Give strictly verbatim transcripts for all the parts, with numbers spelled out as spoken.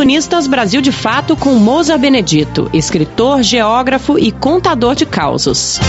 Colunistas Brasil de Fato com Moza Benedito, escritor, geógrafo e contador de causos.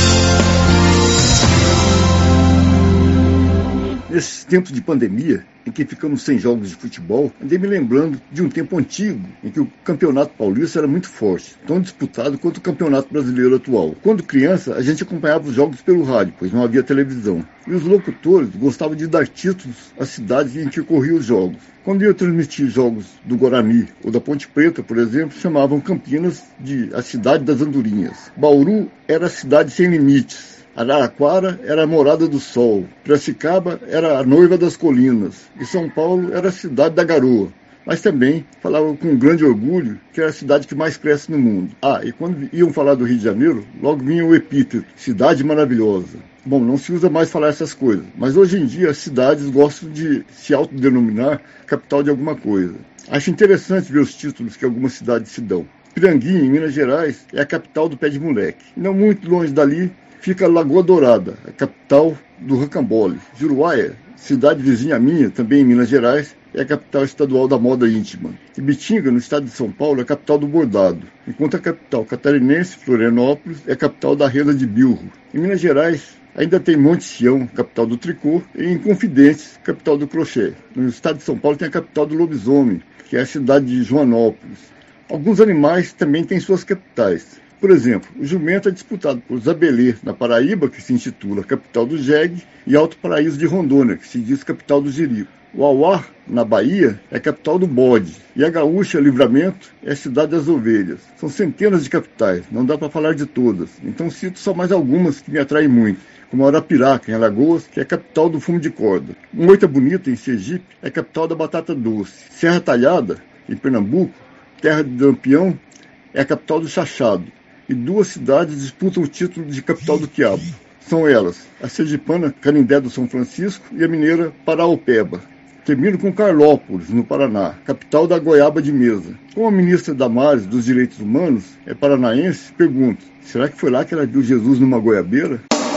Nesses tempos de pandemia, em que ficamos sem jogos de futebol, andei me lembrando de um tempo antigo, em que o Campeonato Paulista era muito forte, tão disputado quanto o Campeonato Brasileiro atual. Quando criança, a gente acompanhava os jogos pelo rádio, pois não havia televisão. E os locutores gostavam de dar títulos às cidades em que ocorriam os jogos. Quando iam transmitir jogos do Guarani ou da Ponte Preta, por exemplo, chamavam Campinas de a cidade das andorinhas. Bauru era a cidade sem limites. Araraquara era a morada do sol, Piracicaba era a noiva das colinas e São Paulo era a cidade da garoa. Mas também falavam com grande orgulho que era a cidade que mais cresce no mundo. Ah, e quando iam falar do Rio de Janeiro, logo vinha o epíteto, cidade maravilhosa. Bom, não se usa mais falar essas coisas, mas hoje em dia as cidades gostam de se autodenominar capital de alguma coisa. Acho interessante ver os títulos que algumas cidades se dão. Piranguinho, em Minas Gerais, é a capital do pé de moleque. Não muito longe dali, fica Lagoa Dourada, a capital do rocambole. Juruáia, cidade vizinha minha, também em Minas Gerais, é a capital estadual da moda íntima. Ibitinga, no estado de São Paulo, é a capital do bordado, enquanto a capital catarinense, Florianópolis, é a capital da renda de bilro. Em Minas Gerais, ainda tem Monte Sião, capital do tricô, e em Confidentes, capital do crochê. No estado de São Paulo tem a capital do lobisomem, que é a cidade de Joanópolis. Alguns animais também têm suas capitais. Por exemplo, o jumento é disputado por Zabelê, na Paraíba, que se intitula capital do jegue, e Alto Paraíso de Rondônia, que se diz capital do jirico. O auá, na Bahia, é capital do bode, e a gaúcha Livramento é a cidade das ovelhas. São centenas de capitais, não dá para falar de todas, então cito só mais algumas que me atraem muito, como Arapiraca, em Alagoas, que é a capital do fumo de corda. Moita Bonita, em Sergipe, é a capital da batata doce. Serra Talhada, em Pernambuco, terra de Lampião, é a capital do chachado. E duas cidades disputam o título de capital do quiabo. São elas, a sergipana Canindé do São Francisco e a mineira Paraopeba. Termino com Carlópolis, no Paraná, capital da goiaba de mesa. Como a ministra Damares dos Direitos Humanos é paranaense, pergunto, será que foi lá que ela viu Jesus numa goiabeira?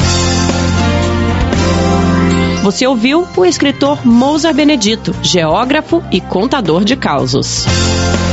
Você ouviu o escritor Moza Benedito, geógrafo e contador de causos.